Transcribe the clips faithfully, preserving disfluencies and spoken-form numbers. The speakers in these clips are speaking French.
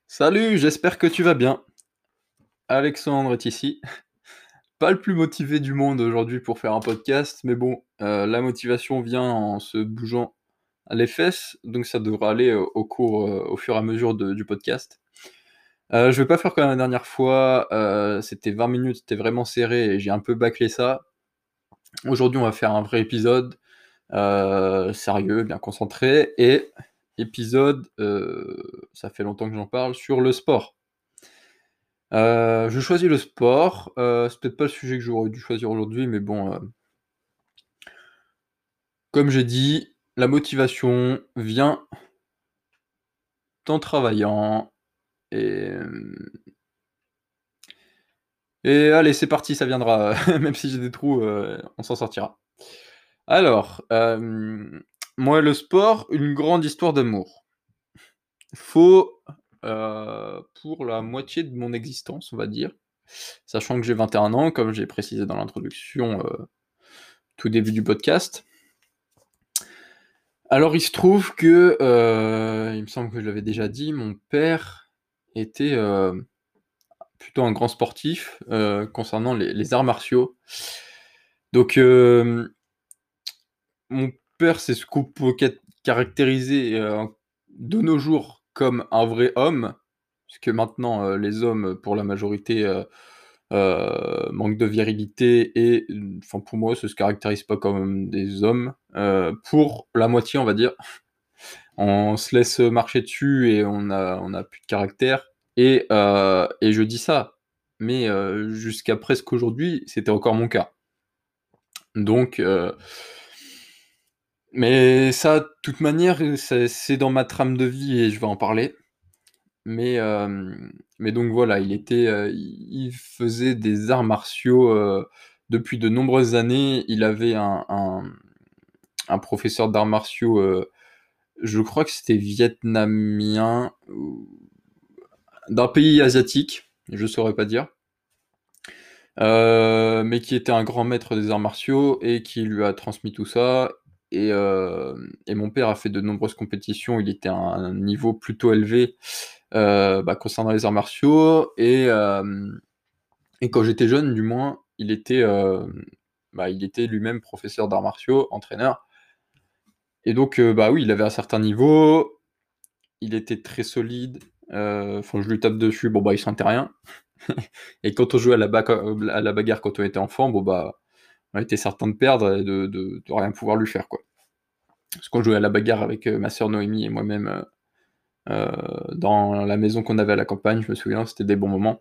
Salut, j'espère que tu vas bien. Alexandre est ici. Pas le plus motivé du monde aujourd'hui pour faire un podcast, mais bon, euh, la motivation vient en se bougeant les fesses, donc ça devra aller euh, au cours, euh, au fur et à mesure de- du podcast. Euh, je vais pas faire comme la dernière fois, euh, c'était vingt minutes, c'était vraiment serré et j'ai un peu bâclé ça. Aujourd'hui, on va faire un vrai épisode, euh, sérieux, bien concentré, et épisode, euh, ça fait longtemps que j'en parle, sur le sport. Euh, je choisis le sport. Euh, c'est peut-être pas le sujet que j'aurais dû choisir aujourd'hui, mais bon, euh, comme j'ai dit, la motivation vient en travaillant. Et, euh, et allez, c'est parti, ça viendra. Même si j'ai des trous, euh, on s'en sortira. Alors, euh, moi, le sport, une grande histoire d'amour. Faut, euh, pour la moitié de mon existence, on va dire, sachant que j'ai vingt et un ans, comme j'ai précisé dans l'introduction, euh, tout début du podcast. Alors il se trouve que, euh, il me semble que je l'avais déjà dit, mon père était euh, plutôt un grand sportif euh, concernant les, les arts martiaux. Donc euh, mon père, c'est ce qu'on peut ca- caractériser euh, de nos jours comme un vrai homme, puisque maintenant euh, les hommes, pour la majorité, euh, euh, manquent de virilité et, enfin pour moi, ça se caractérise pas comme des hommes. Euh, pour la moitié, on va dire. On se laisse marcher dessus et on a, on a plus de caractère. Et, euh, et je dis ça, mais euh, jusqu'à presque aujourd'hui, c'était encore mon cas. Donc, euh, mais ça, de toute manière, c'est c'est dans ma trame de vie et je vais en parler. Mais, euh, mais donc voilà, il était, euh, il faisait des arts martiaux euh, depuis de nombreuses années. Il avait un, un, un professeur d'arts martiaux, euh, je crois que c'était vietnamien, ou d'un pays asiatique, je saurais pas dire, euh, mais qui était un grand maître des arts martiaux et qui lui a transmis tout ça. Et, euh, et mon père a fait de nombreuses compétitions, il était à un niveau plutôt élevé euh, bah, concernant les arts martiaux. Et, euh, et quand j'étais jeune, du moins, il était, euh, bah, il était lui-même professeur d'arts martiaux, entraîneur. Et donc, euh, bah oui, il avait un certain niveau, il était très solide. Euh, Enfin, je lui tape dessus, bon bah il sentait rien. Et quand on jouait à la, ba- à la bagarre quand on était enfant, bon bah, on était certain de perdre et de, de, de rien pouvoir lui faire, quoi. Parce qu'on jouait à la bagarre avec euh, ma sœur Noémie et moi-même euh, euh, dans la maison qu'on avait à la campagne, je me souviens, c'était des bons moments.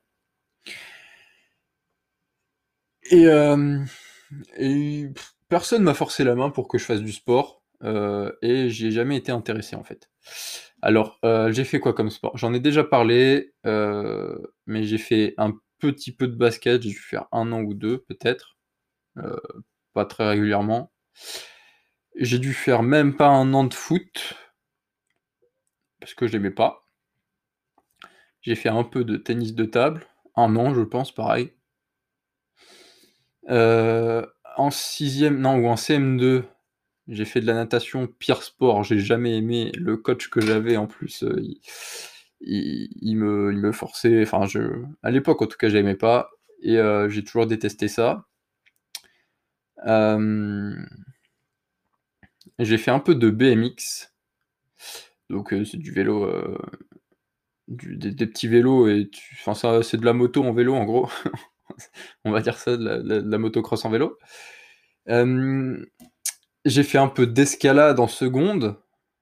Et, euh, et pff, personne m'a forcé la main pour que je fasse du sport, euh, et j'y ai jamais été intéressé en fait. Alors, euh, j'ai fait quoi comme sport? J'en ai déjà parlé, euh, mais j'ai fait un petit peu de basket, j'ai dû faire un an ou deux peut-être, euh, pas très régulièrement. J'ai dû faire même pas un an de foot, parce que j'aimais pas. J'ai fait un peu de tennis de table, un an je pense, pareil. Euh, En sixième, non, ou en C M deux, j'ai fait de la natation, pire sport, j'ai jamais aimé. Le coach que j'avais en plus, euh, il, il- il me, il me forçait, enfin, je, à l'époque en tout cas, j'aimais pas, et euh, j'ai toujours détesté ça. Euh, j'ai fait un peu de B M X, donc euh, c'est du vélo, euh, du- des, des petits vélos, et tu, enfin, ça, c'est de la moto en vélo en gros, on va dire ça, de la, de la- de la motocross en vélo. Euh, j'ai fait un peu d'escalade en seconde,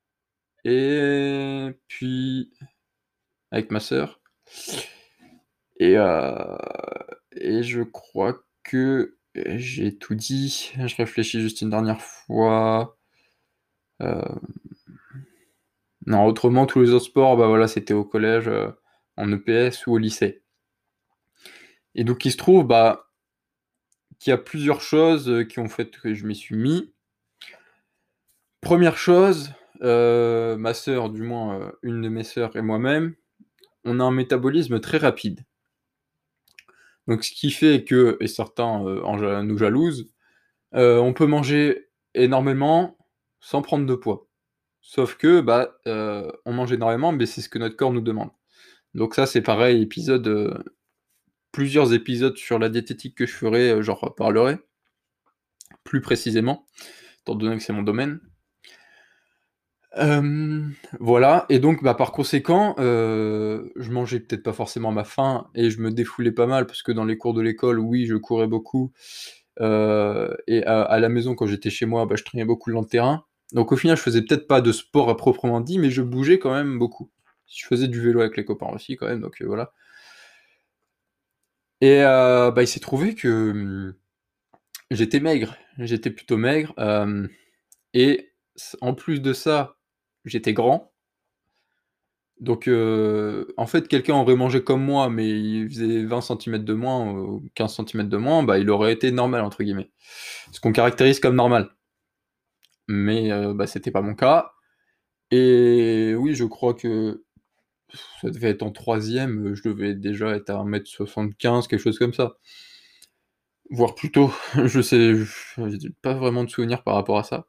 et puis avec ma sœur. Et, euh, et je crois que j'ai tout dit. Je réfléchis juste une dernière fois. Euh, non, autrement, tous les autres sports, bah voilà, c'était au collège, euh, en E P S ou au lycée. Et donc, il se trouve bah, qu'il y a plusieurs choses euh, qui ont fait que je m'y suis mis. Première chose, euh, ma sœur, du moins euh, une de mes sœurs et moi-même, on a un métabolisme très rapide. Donc, ce qui fait que, et certains euh, en ja- nous jalousent, euh, on peut manger énormément sans prendre de poids. Sauf que, bah, euh, on mange énormément, mais c'est ce que notre corps nous demande. Donc ça, c'est pareil, épisode, heu, plusieurs épisodes sur la diététique que je ferai, heu, j'en reparlerai plus précisément, étant donné que c'est mon domaine. Hem, voilà et donc bah, par conséquent, heu, je mangeais peut-être pas forcément à ma faim et je me défoulais pas mal parce que dans les cours de l'école, oui, je courais beaucoup, heu et à à la maison quand j'étais chez moi, bah, je traînais beaucoup le long de terrain. Donc au final, je faisais peut-être pas de sport à proprement dit, mais je bougeais quand même beaucoup. Je faisais du vélo avec les copains aussi quand même, donc heu, voilà et heu, bah, il s'est trouvé que, mmh, j'étais maigre. J'étais plutôt maigre, hem et s en plus de ça, j'étais grand. Donc heu, en fait, quelqu'un aurait mangé comme moi, mais il faisait vingt centimètres de moins ou quinze centimètres de moins, bah, il aurait été «normal» entre guillemets. Ce qu'on caractérise comme normal. Mais heu, bah, c'était pas mon cas et oui, je crois que ça devait être en troisième, heu, je devais déjà être à un mètre soixante-quinze, quelque chose comme ça. Voire plus tôt, je sais j'ai pas vraiment de souvenirs par rapport à ça.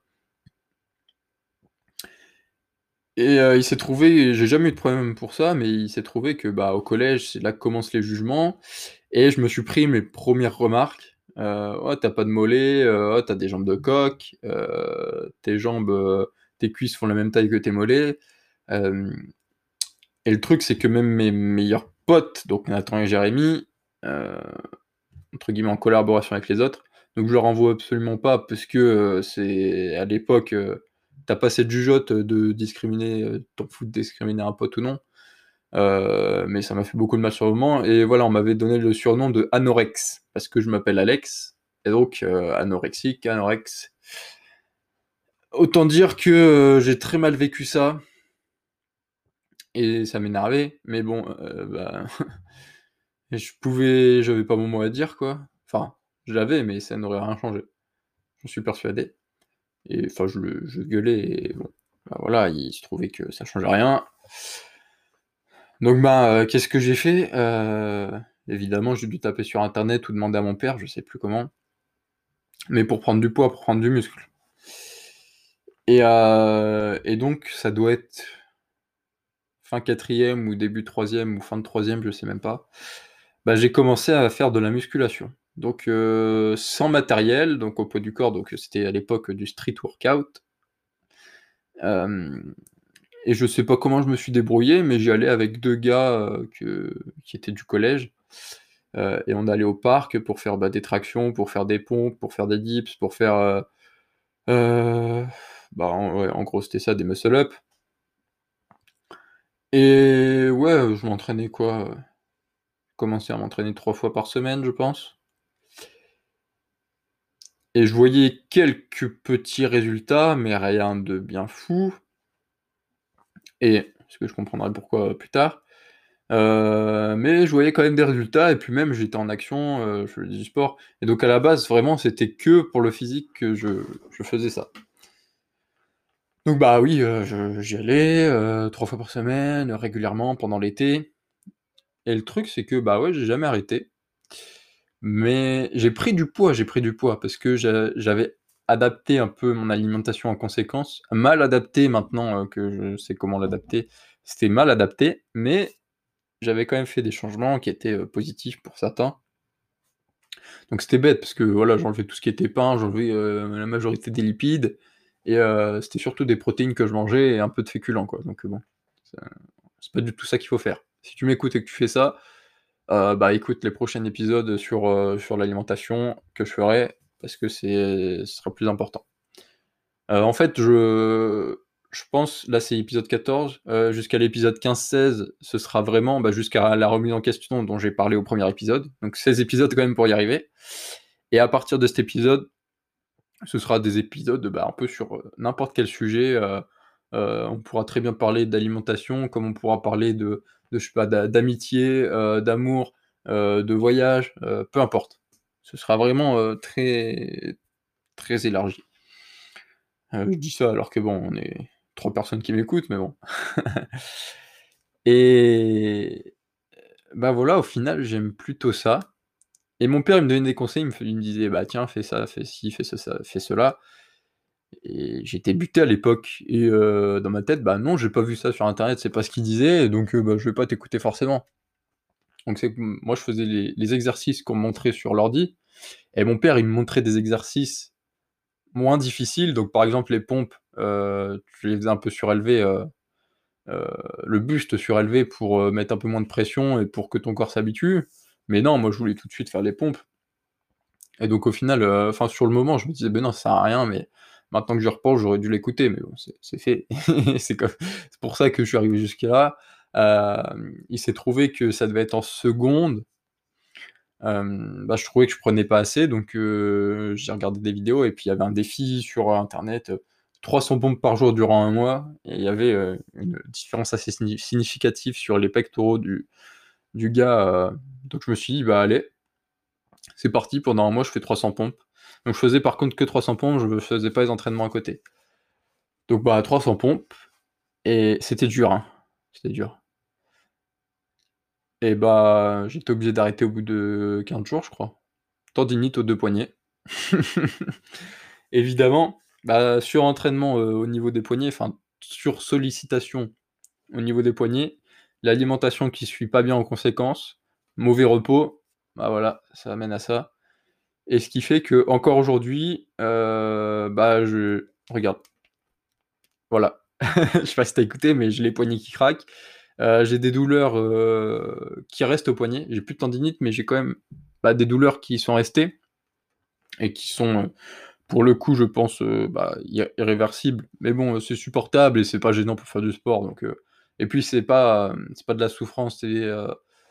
Et heu, il s'est trouvé j'ai jamais eu de problème pour ça, mais il s'est trouvé que, bah, au collège, c'est là que commencent les jugements et je me suis pris mes premières remarques, heu: «Oh tu as pas de mollets, heu, oh tu as des jambes de coq, heu, tes jambes, heu, tes cuisses font la même taille que tes mollets». Hem et le truc, c'est que même mes meilleurs potes, donc Nathan et Jérémy, heu, entre guillemets «en collaboration avec les autres», donc je leur en veux absolument pas parce que, heu, c'est à l'époque, heu, tu as pas cette jugeote de discriminer, heu, t'en fous de discriminer un pote ou non, heu, mais ça m'a fait beaucoup de mal sur le moment et voilà, on m'avait donné le surnom de Anorex parce que je m'appelle Alex et donc heu, anorexique, Anorex. Autant dire que, heu, j'ai très mal vécu ça et ça m'énervait, mais bon, heu, bah, je pouvais j'avais pas mon mot à dire, quoi. Enfin, je l'avais, mais ça n'aurait rien changé. J'en suis persuadé et enfin, je le je gueulais et bon, bah, voilà, il se trouvait que ça changeait rien. Donc bah, heu, qu'est-ce que j'ai fait? Heu, évidemment, j'ai dû taper sur internet ou demander à mon père, je sais plus comment, mais pour prendre du poids, pour prendre du muscle et heu et donc ça doit être fin quatrième ou début troisième ou fin de troisième, je sais même pas. Bah, j'ai commencé à faire de la musculation. Donc heu, sans matériel, donc au poids du corps, donc c'était à l'époque du street workout. Hem et je sais pas comment je me suis débrouillé, mais j'y allais avec deux gars, heu, que qui étaient du collège, heu et on allait au parc pour faire, bah, des tractions, pour faire des pompes, pour faire des dips, pour faire, heu heu, bah, en ouais, en gros, c'était ça, des muscle up et ouais, heu, je m'entraînais quoi, heu, je commençais à m'entraîner trois fois par semaine, je pense et je voyais quelques petits résultats, mais rien de bien fou et ce que je comprendrai pourquoi plus tard. Heu, mais je voyais quand même des résultats et puis même j'étais en action, heu, je faisais du sport et donc à la base vraiment c'était que pour le physique que je je faisais ça. Donc bah oui, heu, je j'y allais, heu, trois fois par semaine, régulièrement pendant l'été et le truc c'est que, bah ouais, j'ai jamais arrêté. Mais j'ai pris du poids, j'ai pris du poids parce que j'a j'avais adapté un peu mon alimentation en conséquence. Mal adapté maintenant, heu, que je sais comment l'adapter, c'était mal adapté, mais j'avais quand même fait des changements qui étaient, heu, positifs pour certains. Donc c'était bête parce que voilà, j'enlevais tout ce qui était pain, j'enlevais, heu, la majorité des lipides et heu, c'était surtout des protéines que je mangeais et un peu de féculents, quoi. Donc heu, bon, ça c'est pas du tout ça qu'il faut faire. Si tu m'écoutes et que tu fais ça, heu, bah, écoute les prochains épisodes sur, heu, sur l'alimentation que je ferai parce que c'est ce sera plus important. Heu, en fait, je je pense là, c'est l'épisode quatorze, heu, jusqu'à l'épisode quinze seize, ce sera vraiment, bah, jusqu'à la remise en question dont j'ai parlé au premier épisode, donc seize épisodes quand même pour y arriver et à partir de cet épisode, ce sera des épisodes, bah, un peu sur, heu, n'importe quel sujet, heu heu, on pourra très bien parler d'alimentation, comme on pourra parler de de je sais pas, d'a d'amitié, heu, d'amour, heu, de voyage, heu, peu importe. Ce sera vraiment, heu, très très élargi. Heu, je dis ça alors que bon, on est trois personnes qui m'écoutent, mais bon. Et bah, voilà, au final, j'aime plutôt ça et mon père, il me donnait des conseils, il me f il me disait: «Bah, tiens, fais ça, fais ci, fais ce ça fais cela» et j'étais buté à l'époque et heu, dans ma tête, bah non, j'ai pas vu ça sur internet, c'est pas ce qu'ils disaient, donc heu, bah, je vais pas t'écouter forcément. Donc c'est que m moi je faisais les les exercices qu'on me montrait sur l'ordi et mon père il me montrait des exercices moins difficiles, donc par exemple les pompes, heu, tu les faisais un peu surélevées, heu heu, le buste surélevé pour, heu, mettre un peu moins de pression et pour que ton corps s'habitue. Mais non, moi je voulais tout de suite faire les pompes et donc au final, heu, enfin sur le moment je me disais: «Beh non, ça sert à rien», mais maintenant que j'y repense, j'aurais dû l'écouter, mais bon, c'est c'est fait. C'est comme c'est pour ça que je suis arrivé jusque là. Hem, il s'est trouvé que ça devait être en seconde. Hem, bah, je trouvais que je prenais pas assez, donc heu, j'ai regardé des vidéos et puis il y avait un défi sur internet, heu, trois cents pompes par jour durant un mois et il y avait, heu, une différence assez signi significative sur les pectoraux du du gars, heu, donc je me suis dit: «Bah allez, c'est parti, pendant un mois je fais trois cents pompes». Donc je faisais par contre que trois cents pompes, je faisais pas les entraînements à côté. Donc bah trois cents pompes et c'était dur, hein, c'était dur. Et bah, j'étais obligé d'arrêter au bout de quinze jours, je crois. Tendinite aux deux poignets. Évidemment, bah, surentraînement, heu, au niveau des poignets, enfin sursollicitation au niveau des poignets, l'alimentation qui suit pas bien en conséquence, mauvais repos, bah, voilà, ça amène à ça et ce qui fait qu'encore aujourd'hui, heu, bah, je regarde, voilà. Je sais pas si tu as écouté, mais j'ai les poignets qui craquent, heu, j'ai des douleurs, heu, qui restent au poignet. J'ai plus de tendinite, mais j'ai quand même, bah, des douleurs qui sont restées et qui sont, heu, pour le coup, je pense, heu, bah, irré irréversibles. Mais bon, heu, c'est supportable et c'est pas gênant pour faire du sport donc heu et puis c'est pas, hem, c'est pas de la souffrance, c'est, heu,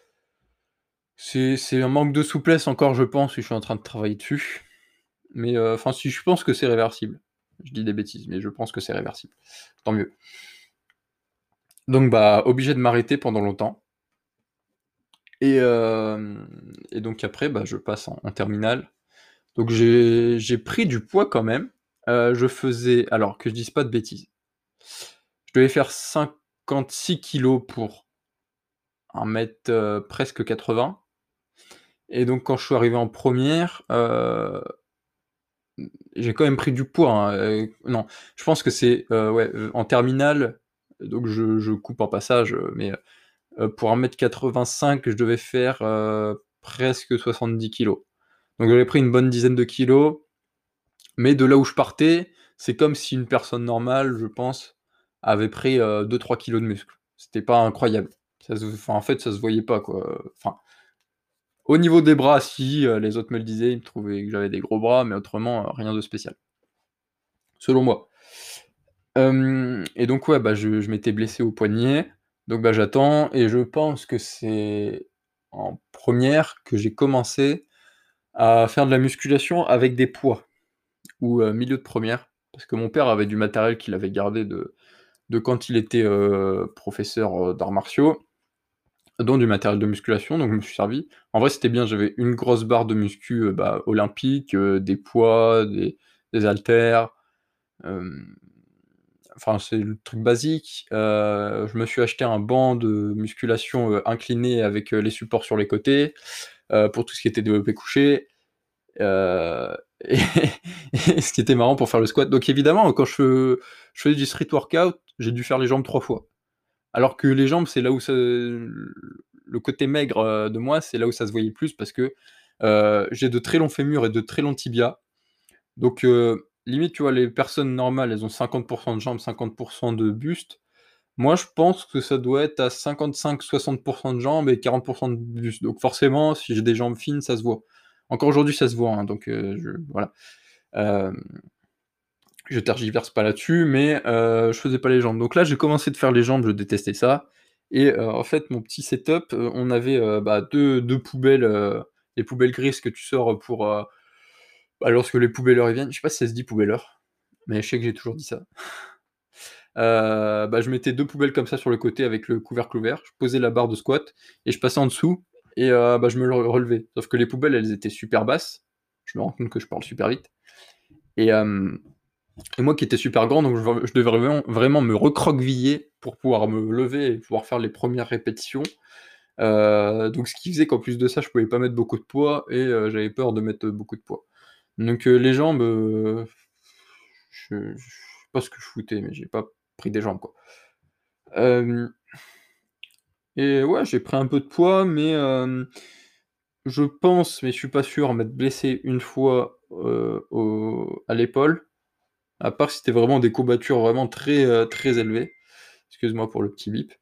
c'est c'est un manque de souplesse encore, je pense, et je suis en train de travailler dessus. Mais heu, enfin si, je pense que c'est réversible. Je dis des bêtises, mais je pense que c'est réversible. Tant mieux. Donc bah, obligé de m'arrêter pendant longtemps et hem et donc après, bah, je passe en en terminale. Donc j'ai j'ai pris du poids quand même. Heu, je faisais alors que je dise pas de bêtises, je devais faire cinquante-six kilos pour un mètre, heu, presque quatre-vingts et donc quand je suis arrivé en première, heu, j'ai quand même pris du poids, hein, heu, non, je pense que c'est, heu, ouais, heu, en terminale, donc je je coupe en passage, heu, mais heu, pour un mètre quatre-vingt-cinq, je devais faire, heu, presque soixante-dix kilos. Donc j'avais pris une bonne dizaine de kilos, mais de là où je partais, c'est comme si une personne normale, je pense, avait pris, heu, deux trois kilos de muscle. C'était pas incroyable. Ça se enfin, en fait, ça se voyait pas, quoi, enfin, au niveau des bras, si, heu, les autres me le disaient, ils me trouvaient que j'avais des gros bras, mais autrement, heu, rien de spécial, selon moi. Hem et donc ouais, bah, je je m'étais blessé au poignet, donc bah, j'attends et je pense que c'est en première que j'ai commencé à faire de la musculation avec des poids ou heu, milieu de première, parce que mon père avait du matériel qu'il avait gardé de de quand il était, heu, professeur, heu, d'arts martiaux, dont du matériel de musculation, donc je me suis servi. En vrai, c'était bien, j'avais une grosse barre de muscu, heu, bah, olympique, heu, des poids, des des haltères, hem, enfin, c'est le truc basique. Heu, je me suis acheté un banc de musculation, heu, incliné avec, heu, les supports sur les côtés, heu, pour tout ce qui était développé couché. Heu et et ce qui était marrant pour faire le squat, donc évidemment quand je je faisais du street workout, j'ai dû faire les jambes trois fois. Alors que les jambes, c'est là où ça le côté maigre, heu, de moi, c'est là où ça se voyait le plus parce que, heu, j'ai de très longs fémurs et de très longs tibias. Donc heu, limite, tu vois, les personnes normales, elles ont cinquante de jambes, cinquante de buste. Moi, je pense que ça doit être à cinquante-cinq soixante de jambes et quarante de buste. Donc forcément, si j'ai des jambes fines, ça se voit. Encore aujourd'hui, ça se voit, hein, donc heu, je voilà. Hem, je tergiverse pas là-dessus, mais heu, je faisais pas les jambes. Donc là, j'ai commencé de faire les jambes, je détestais ça et heu, en fait, mon petit setup, heu, on avait, heu, bah, deux 2 poubelles, heu, les poubelles grises que tu sors, pour, heu, bah, lorsque les poubelleurs, ils viennent. Je sais pas si ça se dit poubelleur, mais je sais que j'ai toujours dit ça. Heu, bah, je mettais deux poubelles comme ça sur le côté avec le couvercle ouvert, je posais la barre de squat et je passais en dessous et heu, bah, je me le relevais. Sauf que les poubelles, elles étaient super basses. Je me rends compte que je parle super vite et hem et moi qui étais super grand, donc je je devais vraiment vraiment me recroqueviller pour pouvoir me lever et pouvoir faire les premières répétitions. Heu, donc ce qui faisait qu'en plus de ça, je pouvais pas mettre beaucoup de poids et heu, j'avais peur de mettre, beaucoup de poids. Donc heu, les jambes, heu, je je sais pas ce que je foutais, mais j'ai pas pris des jambes, quoi. Hem et ouais, j'ai pris un peu de poids, mais hem, je pense, mais je suis pas sûr, m'être blessé une fois, heu, au à l'épaule, à part si c'était vraiment des courbatures vraiment très, heu, très élevées. Excuse-moi pour le petit bip.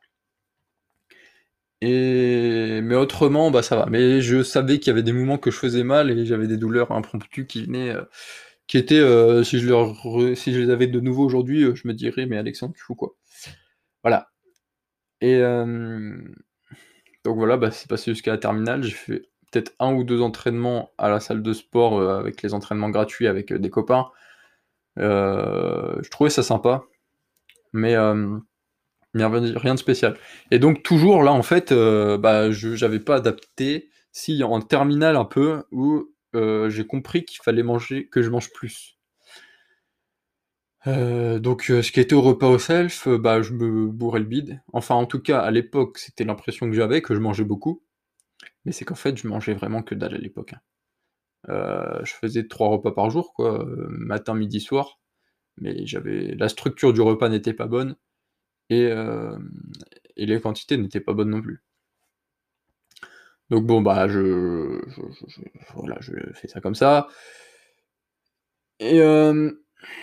Et mais autrement, bah, ça va. Mais je savais qu'il y avait des moments que je faisais mal et j'avais des douleurs impromptues qui venaient, heu, qui étaient, heu, si je leur re si je les avais de nouveau aujourd'hui, heu, je me dirais: «Mais Alexandre, tu fous quoi?» Voilà. Et hem, donc voilà, bah, c'est passé jusqu'à la terminale. J'ai fait peut-être un ou deux entraînements à la salle de sport, heu, avec les entraînements gratuits avec, heu, des copains. Heu, je trouvais ça sympa, mais hem, mais rien de rien de spécial. Et donc toujours là, en fait, heu, bah, je j'avais pas adapté. Si, en terminale un peu où, heu, j'ai compris qu'il fallait manger que je mange plus. Heu, donc heu, ce qui était au repas au self, heu, bah, je me bourrais le bide. Enfin, en tout cas, à l'époque, c'était l'impression que j'avais, que je mangeais beaucoup, mais c'est qu'en fait, je mangeais vraiment que dalle à l'époque, hein. Heu, je faisais trois repas par jour, quoi, heu, matin, midi, soir, mais j'avais la structure du repas n'était pas bonne et hem et les quantités n'étaient pas bonnes non plus. Donc bon, bah, je je je je voilà, je fais ça comme ça et hem,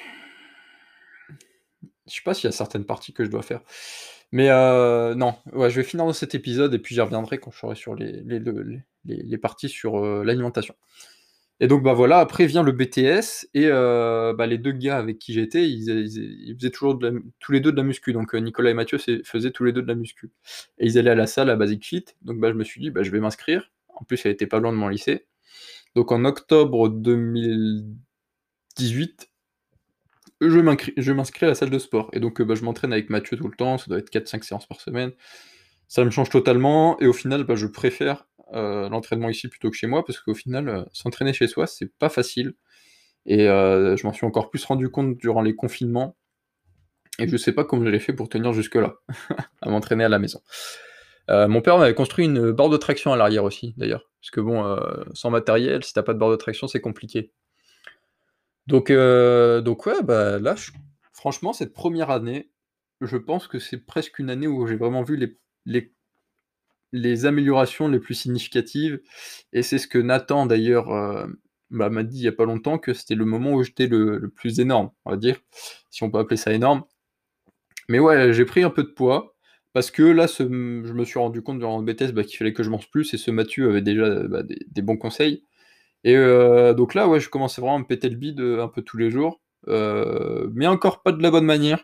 je sais pas s'il y a certaines parties que je dois faire. Mais heu, non, ouais, je vais finir dans cet épisode et puis j'y reviendrai quand je serai sur les les le les les les parties sur, heu, l'alimentation. Et donc, bah, voilà, après vient le B T S et heu, bah, les deux gars avec qui j'étais, ils a ils ils faisaient toujours de la mu tous les deux de la muscu, donc heu, Nicolas et Mathieu c'est faisaient tous les deux de la muscu et ils allaient à la salle à Basic Fit, donc bah, je me suis dit: «Bah, je vais m'inscrire». En plus, elle était pas loin de mon lycée. Donc en octobre deux mille dix-huit, je m'incris je m'inscris à la salle de sport et donc heu, bah, je m'entraîne avec Mathieu tout le temps, ça doit être quatre cinq séances par semaine. Ça me change totalement et au final, bah, je préfère, heu, l'entraînement ici plutôt que chez moi parce qu'au final, heu, s'entraîner chez soi, c'est pas facile et heu, je m'en suis encore plus rendu compte durant les confinements et je sais pas comment j'ai fait pour tenir jusque-là, à m'entraîner à la maison. Heu, mon père m'avait construit une barre de traction à l'arrière aussi d'ailleurs, parce que bon, heu, sans matériel, si tu as pas de barre de traction, c'est compliqué. Donc heu, donc ouais, bah, là, je franchement, cette première année, je pense que c'est presque une année où j'ai vraiment vu les les les améliorations les plus significatives et c'est ce que Nathan d'ailleurs, heu, bah, m'a dit il y a pas longtemps que c'était le moment où j'étais le le plus énorme, on va dire, si on peut appeler ça énorme. Mais ouais, j'ai pris un peu de poids parce que là, ce mmh, je me suis rendu compte durant le B T S, bah, qu'il fallait que je mange plus et ce Mathieu avait déjà, heu, bah, des des bons conseils et heu, donc là, ouais, je commençais vraiment à me péter le bide, heu, un peu tous les jours, heu, mais encore pas de la bonne manière,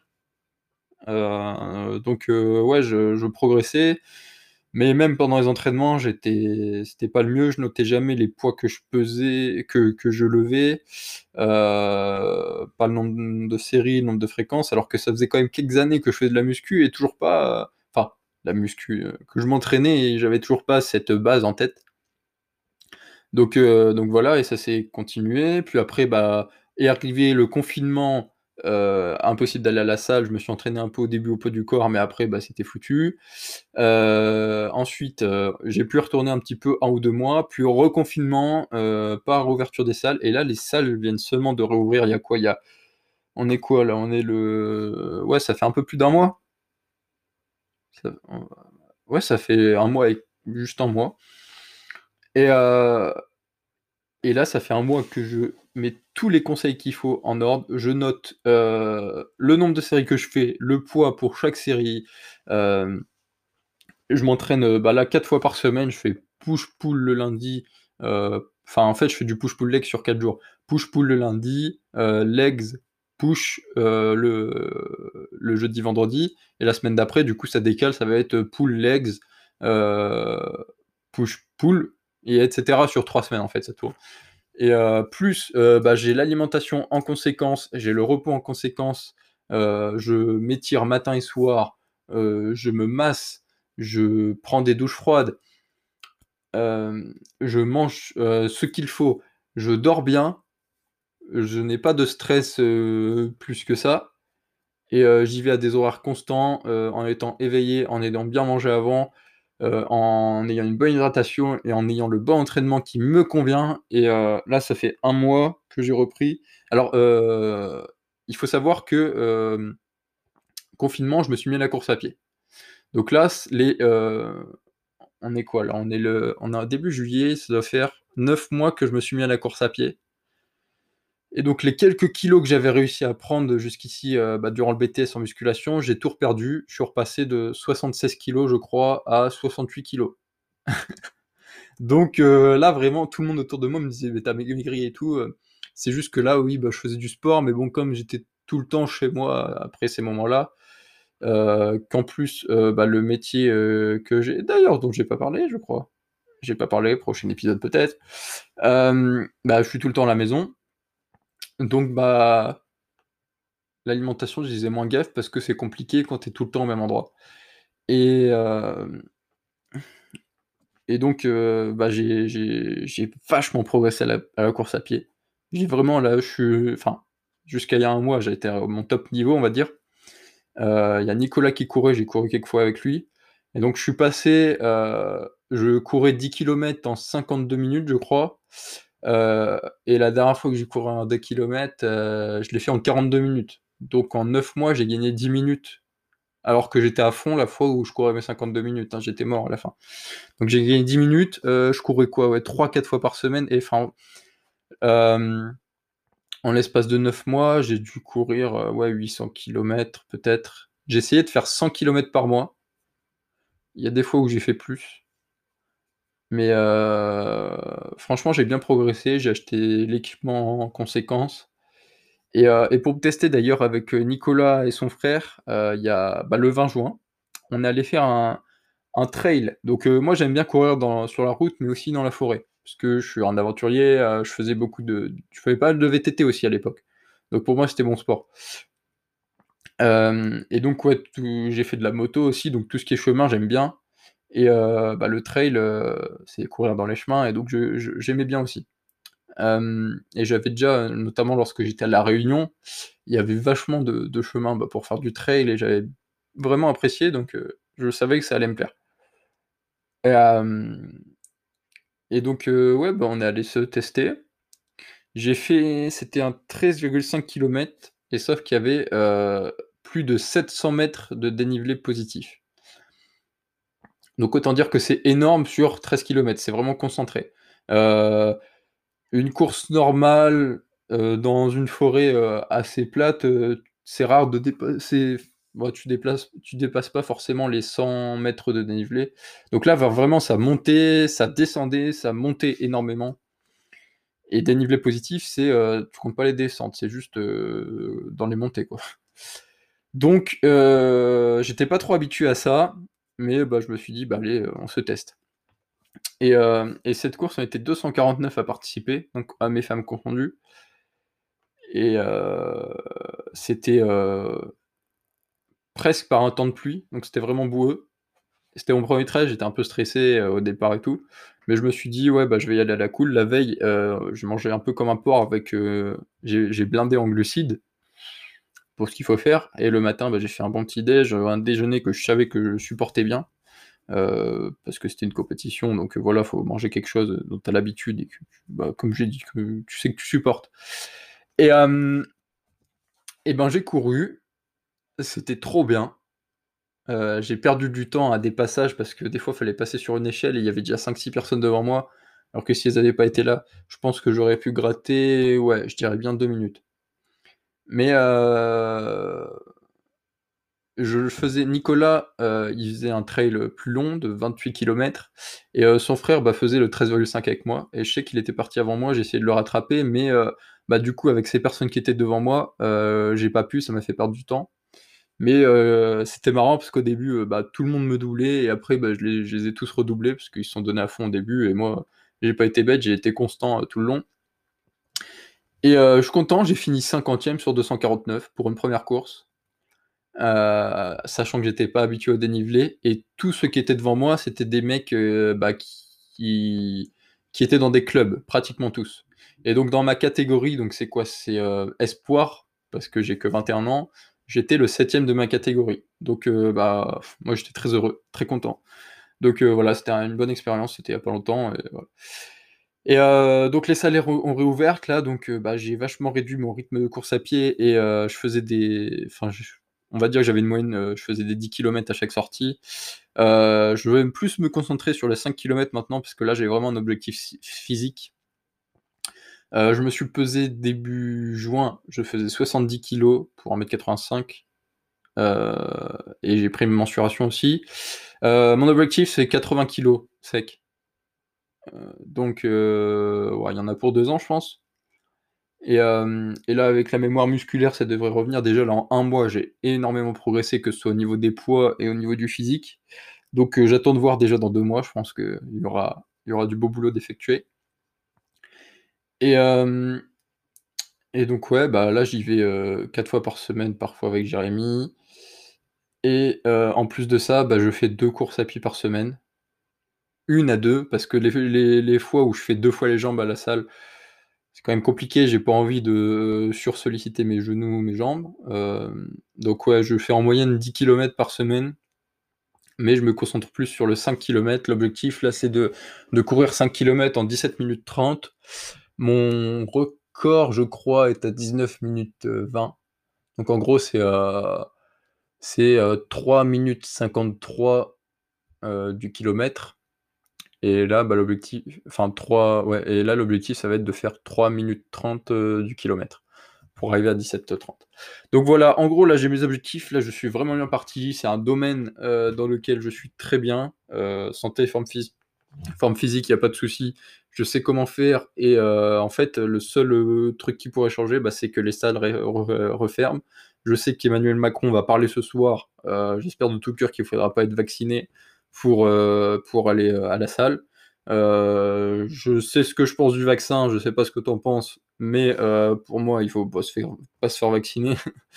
heu, donc heu, ouais, je je progressais, mais même pendant les entraînements, j'étais c'était pas le mieux, je notais jamais les poids que je pesais que que je levais, heu, pas le nombre de séries, le nombre de fréquences, alors que ça faisait quand même quelques années que je faisais de la muscu et toujours pas, heu, enfin, la muscu, heu, que je m'entraînais et j'avais toujours pas cette base en tête. Donc heu, donc voilà et ça s'est continué. Puis après, bah, est arrivé le confinement, heu, impossible d'aller à la salle. Je me suis entraîné un peu au début au poids du corps, mais après, bah, c'était foutu. Heu, ensuite, heu, j'ai pu y retourner un petit peu un ou deux mois, puis reconfinement, heu, pas réouverture des salles et là, les salles viennent seulement de réouvrir il y a quoi? Il y a on est quoi là? On est le ouais, ça fait un peu plus d'un mois. Ça ouais, ça fait un mois et juste un mois et heu et là, ça fait un mois que je mets tous les conseils qu'il faut en ordre. Je note, heu, le nombre de séries que je fais, le poids pour chaque série, hem, je m'entraîne, heu, bah, là quatre fois par semaine. Je fais push-pull le lundi, heu, enfin, en fait, je fais du push-pull legs sur quatre jours. Push-pull le lundi, heu, legs, push, heu, le le jeudi, vendredi et la semaine d'après, du coup, ça décale, ça va être, pull legs, heu, push-pull et et cetera sur trois semaines, en fait, ça tourne. Et heu, plus, heu, bah, j'ai l'alimentation en conséquence, j'ai le repos en conséquence, heu, je m'étire matin et soir, heu, je me masse, je prends des douches froides, hem, je mange, heu, ce qu'il faut, je dors bien, je n'ai pas de stress, heu, plus que ça et heu, j'y vais à des horaires constants, heu, en étant éveillé, en ayant bien mangé avant, heu, en ayant une bonne hydratation et en ayant le bon entraînement qui me convient et heu, là, ça fait un mois que j'ai repris. Alors, heu, il faut savoir que, hem, confinement, je me suis mis à la course à pied. Donc là, c les, heu, on est quoi là? On est le on est début juillet, ça doit faire neuf mois que je me suis mis à la course à pied et donc les quelques kilos que j'avais réussi à prendre jusqu'ici, heu, bah, durant le B T S en musculation, j'ai tout reperdu. Je suis repassé de soixante-seize kilos, je crois, à soixante-huit kilos. Donc heu, là, vraiment, tout le monde autour de moi me disait: «Mais tu as maigri et tout, heu». C'est juste que là, oui, bah, je faisais du sport, mais bon, comme j'étais tout le temps chez moi après ces moments-là, heu, qu'en plus, heu, bah, le métier, heu, que j'ai d'ailleurs dont j'ai pas parlé, je crois. J'ai pas parlé, prochain épisode peut-être. Hem, bah, je suis tout le temps à la maison, donc bah, l'alimentation, je disais moins gaffe parce que c'est compliqué quand tu es tout le temps au même endroit et hem et donc heu, bah, j'ai j'ai j'ai vachement progressé à la à la course à pied. J'ai vraiment là, je suis enfin, jusqu'à il y a un mois, j'étais à mon top niveau, on va dire. Heu, il y a Nicolas qui courait, j'ai couru quelques fois avec lui et donc je suis passé, heu, je courais dix kilomètres en cinquante-deux minutes, je crois, heu et la dernière fois que j'ai couru un deux kilomètres, heu, je l'ai fait en quarante-deux minutes. Donc en neuf mois, j'ai gagné dix minutes, alors que j'étais à fond la fois où je courais mes cinquante-deux minutes, hein, j'étais mort à la fin. Donc j'ai gagné dix minutes, heu, je courais quoi? Ouais, trois quatre fois par semaine et enfin, hem, en l'espace de neuf mois, j'ai dû courir, heu, ouais, huit cents kilomètres peut-être. J'ai essayé de faire cent kilomètres par mois. Il y a des fois où j'ai fait plus, mais heu, franchement, j'ai bien progressé, j'ai acheté l'équipement en conséquence et heu et pour me tester d'ailleurs avec, heu, Nicolas et son frère, heu, il y a, bah, le vingt juin, on est allé faire un un trail. Donc heu, moi j'aime bien courir dans sur la route, mais aussi dans la forêt. Parce que je suis un aventurier, heu, je faisais beaucoup de je faisais pas mal de V T T aussi à l'époque. Donc pour moi, c'était mon sport. Hem et donc ouais, tout j'ai fait de la moto aussi, donc tout ce qui est chemin, j'aime bien et heu, bah, le trail, heu, c'est courir dans les chemins et donc je je j'aimais bien aussi. Hem et j'avais déjà, heu, notamment lorsque j'étais à La Réunion, il y avait vachement de de chemins, bah, pour faire du trail et j'avais vraiment apprécié donc heu, je savais que ça allait me plaire. Et hem et donc heu, ouais, bah, on est allé se tester. J'ai fait c'était un treize virgule cinq kilomètres et sauf qu'il y avait, heu, plus de sept cents mètres de dénivelé positif. Donc autant dire que c'est énorme sur treize kilomètres, c'est vraiment concentré. Heu, une course normale, heu, dans une forêt, heu, assez plate, heu, c'est rare de dépasser bah, tu déplaces tu dépasses pas forcément les cent mètres de dénivelé. Donc là, va vraiment ça montait, ça descendait, ça montait énormément. Et dénivelé positif, c'est, heu, tu comptes pas les descentes, c'est juste, heu, dans les montées, quoi. Donc heu, j'étais pas trop habitué à ça, mais bah, je me suis dit: «Bah, allez, heu, on se teste» et hem et cette course, on était deux cent quarante-neuf à participer, donc hommes et femmes confondus et heu, c'était, heu, presque par un temps de pluie, donc c'était vraiment boueux. C'était mon premier trail, j'étais un peu stressé, heu, au départ et tout, mais je me suis dit: «Ouais, bah, je vais y aller à la cool». La veille, heu, je mangeais un peu comme un porc avec, heu, j'ai j'ai blindé en glucides pour ce qu'il faut faire et le matin, bah, j'ai fait un bon petit déj, heu, un déjeuner que je savais que je supportais bien, heu, parce que c'était une compétition donc heu, voilà, faut manger quelque chose, dont tu as l'habitude et que tu bah, comme j'ai dit, que tu sais que tu supportes et hem et ben, j'ai couru, c'était trop bien, heu, j'ai perdu du temps à des passages parce que des fois, il fallait passer sur une échelle et il y avait déjà cinq six personnes devant moi, alors que si elles avaient pas été là, je pense que j'aurais pu gratter, ouais, je dirais bien deux minutes. Mais heu Je le faisais Nicolas, heu, il faisait un trail, heu, plus long de vingt-huit kilomètres et heu, son frère, bah, faisait le treize virgule cinq avec moi et je sais qu'il était parti avant moi, j'ai essayé de le rattraper mais heu, bah, du coup avec ces personnes qui étaient devant moi, heu, j'ai pas pu, ça m'a fait perdre du temps. Mais heu, c'était marrant parce qu'au début, heu, bah, tout le monde me doublait et après, bah, je les je les ai tous redoublés parce qu'ils se sont donnés à fond au début et moi, j'ai pas été bête, j'ai été constant, heu, tout le long et heu, je suis content, j'ai fini cinquantième sur deux cent quarante-neuf pour une première course. Heu, sachant que j'étais pas habitué au dénivelé et tous ceux qui étaient devant moi, c'était des mecs, heu, bah, qui qui étaient dans des clubs, pratiquement tous et donc dans ma catégorie, donc c'est quoi? C'est, heu, espoir, parce que j'ai que vingt et un ans, j'étais le septième de ma catégorie. Donc heu, bah, moi j'étais très heureux, très content. Donc heu, voilà, c'était un une bonne expérience, c'était il y a pas longtemps et voilà Et heu, donc les salles est re ont réouvertes là, donc heu, bah, j'ai vachement réduit mon rythme de course à pied et heu, je faisais des enfin je on va dire que j'avais une moyenne, heu, je faisais des dix kilomètres à chaque sortie. Heu, je vais plus me concentrer sur les cinq kilomètres maintenant parce que là, j'ai vraiment un objectif si physique. Heu, je me suis pesé début juin, je faisais soixante-dix kilogrammes pour un mètre quatre-vingt-cinq, heu et j'ai pris mes mensurations aussi. Heu, mon objectif, c'est quatre-vingts kilogrammes sec. Heu, donc heu, ouais, il y en a pour deux ans, je pense. Et hem et là, avec la mémoire musculaire, ça devrait revenir. Déjà, là, en un mois, j'ai énormément progressé, que ce soit au niveau des poids et au niveau du physique. Donc heu, j'attends de voir déjà dans deux mois, je pense qu'il y aura il y aura du beau boulot d'effectuer. Et hem et donc ouais, bah, là, j'y vais, heu, quatre fois par semaine, parfois avec Jérémy. Et heu, en plus de ça, bah, je fais deux courses à pied par semaine. une à deux parce que les les les fois où je fais deux fois les jambes à la salle, c'est quand même compliqué, j'ai pas envie de sursolliciter mes genoux ou mes jambes. Hem, donc ouais, je fais en moyenne dix kilomètres par semaine, mais je me concentre plus sur le cinq kilomètres. L'objectif là, c'est de de courir cinq kilomètres en dix-sept minutes trente. Mon record, je crois, est à dix-neuf minutes, heu, vingt. Donc en gros, c'est, heu, c'est, heu, trois minutes cinquante-trois, heu, du kilomètre. Et là, bah, l'objectif enfin trois ouais et là, l'objectif, ça va être de faire trois minutes trente, heu, du kilomètre, pour arriver à dix-sept trente. Donc voilà, en gros, là, j'ai mes objectifs, là, je suis vraiment bien parti. C'est un domaine, heu, dans lequel je suis très bien, heu, santé, forme phys forme physique, il y a pas de souci. Je sais comment faire et heu, en fait, le seul, heu, truc qui pourrait changer, bah, c'est que les salles ré re referment. Je sais qu'Emmanuel Macron va parler ce soir, heu, j'espère de tout cœur qu'il faudra pas être vacciné pour, heu, pour aller, heu, à la salle. Heu, je sais ce que je pense du vaccin, je sais pas ce que tu en penses, mais heu, pour moi, il faut pas se faire pas se faire vacciner.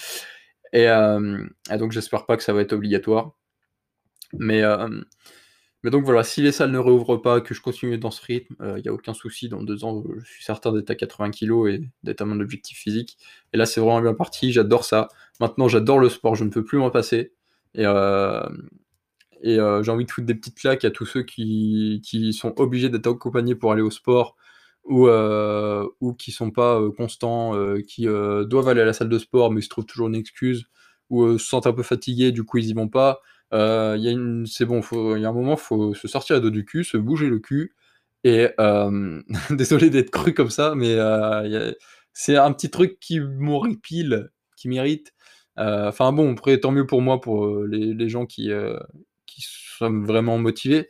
Et hem et donc j'espère pas que ça va être obligatoire. Mais hem mais donc voilà, si les salles ne réouvrent pas, que je continue dans ce rythme, heu, il y a aucun souci. Dans deux ans, heu, je suis certain d'être à quatre-vingts kilogrammes et d'être à mon objectif physique. Et là, c'est vraiment bien parti, j'adore ça. Maintenant, j'adore le sport, je ne peux plus m'en passer. Et hem et heu, j'ai envie de foutre des petites claques à tous ceux qui qui sont obligés d'être accompagnés pour aller au sport ou heu, ou qui sont pas, heu, constants, heu, qui, heu, doivent aller à la salle de sport, mais se trouvent toujours une excuse ou, heu, se sentent un peu fatigués, du coup, ils y vont pas. Heu, il y a une c'est bon, faut il y a un moment, faut se sortir les doigts du cul, se bouger le cul et hem, désolé d'être cru comme ça, mais heu, il y a c'est un petit truc qui m'horripile, qui m'irrite. Heu, enfin bon, après tant mieux pour moi, pour, heu, les les gens qui, heu, qui sont vraiment motivés.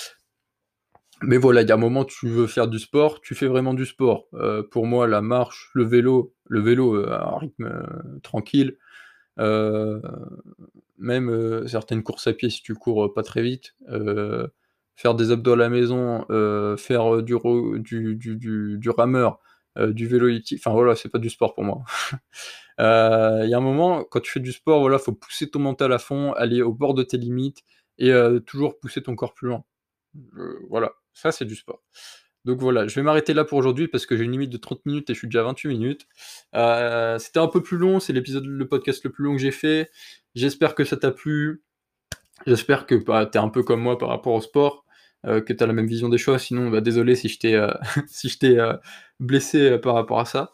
Mais voilà, il y a un moment, tu veux faire du sport, tu fais vraiment du sport. Heu, pour moi, la marche, le vélo le vélo, heu, à un rythme, heu, tranquille, heu, même, heu, certaines courses à pied si tu cours, heu, pas très vite, heu, faire des abdos à la maison, heu, faire, heu, du ro du du du du rameur, heu, du vélo elliptique, enfin voilà, c'est pas du sport pour moi. Heu, il y a un moment, quand tu fais du sport, voilà, faut pousser ton mental à fond, aller au bord de tes limites et heu, toujours pousser ton corps plus loin. Heu, voilà, ça c'est du sport. Donc voilà, je vais m'arrêter là pour aujourd'hui parce que j'ai une limite de trente minutes et je suis déjà à vingt-huit minutes. Heu, c'était un peu plus long, c'est l'épisode le podcast le plus long que j'ai fait. J'espère que ça t'a plu. J'espère que, bah, tu es un peu comme moi par rapport au sport, heu, que tu as la même vision des choses. Sinon, bah, désolé si je t'ai, heu, si je t'ai, heu, blessé, heu, par rapport à ça.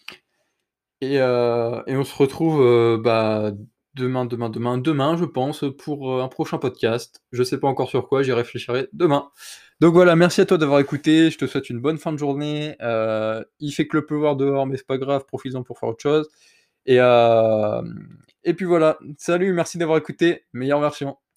Et heu et on se retrouve, heu, bah, demain, demain, demain, demain, je pense, pour, heu, un prochain podcast. Je sais pas encore sur quoi, j'y réfléchirai demain. Donc voilà, merci à toi d'avoir écouté, je te souhaite une bonne fin de journée, heu, il fait que le pleuvoir dehors, mais c'est pas grave, profites-en pour faire autre chose et hem et puis voilà. Salut, merci d'avoir écouté, meilleure version.